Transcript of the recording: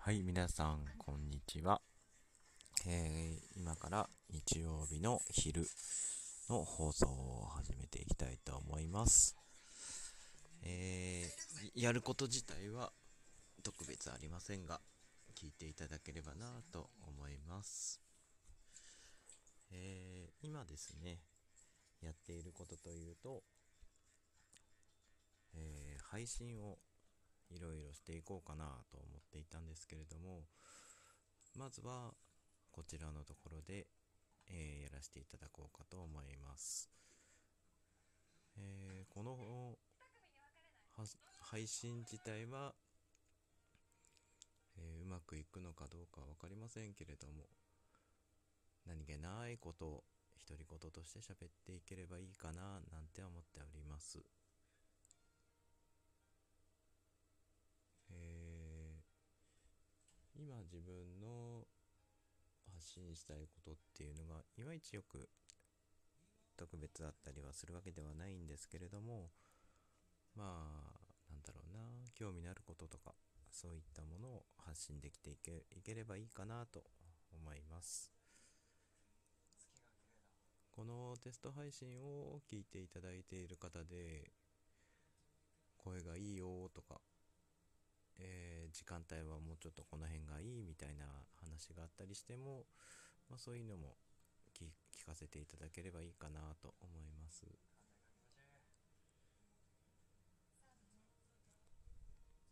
はい、皆さん、こんにちは。今から日曜日の昼の放送を始めていきたいと思います。やること自体は特別ありませんが、聞いていただければなと思います。今ですね、やっていることというと、配信をいろいろしていこうかなと思っていたんですけれども、まずはこちらのところでやらせていただこうかと思います。この配信自体は、うまくいくのかどうか分かりませんけれども、何気ないことを独り言として喋っていければいいかななんて思っております。今自分の発信したいことっていうのがいまいちよく特別だったりはするわけではないんですけれども、なんだろうな、興味のあることとか、そういったものを発信できていければいいかなと思います。このテスト配信を聞いていただいている方で、声がいいよとか、時間帯はもうちょっとこの辺がいいみたいな話があったりしても、そういうのも聞かせていただければいいかなと思います。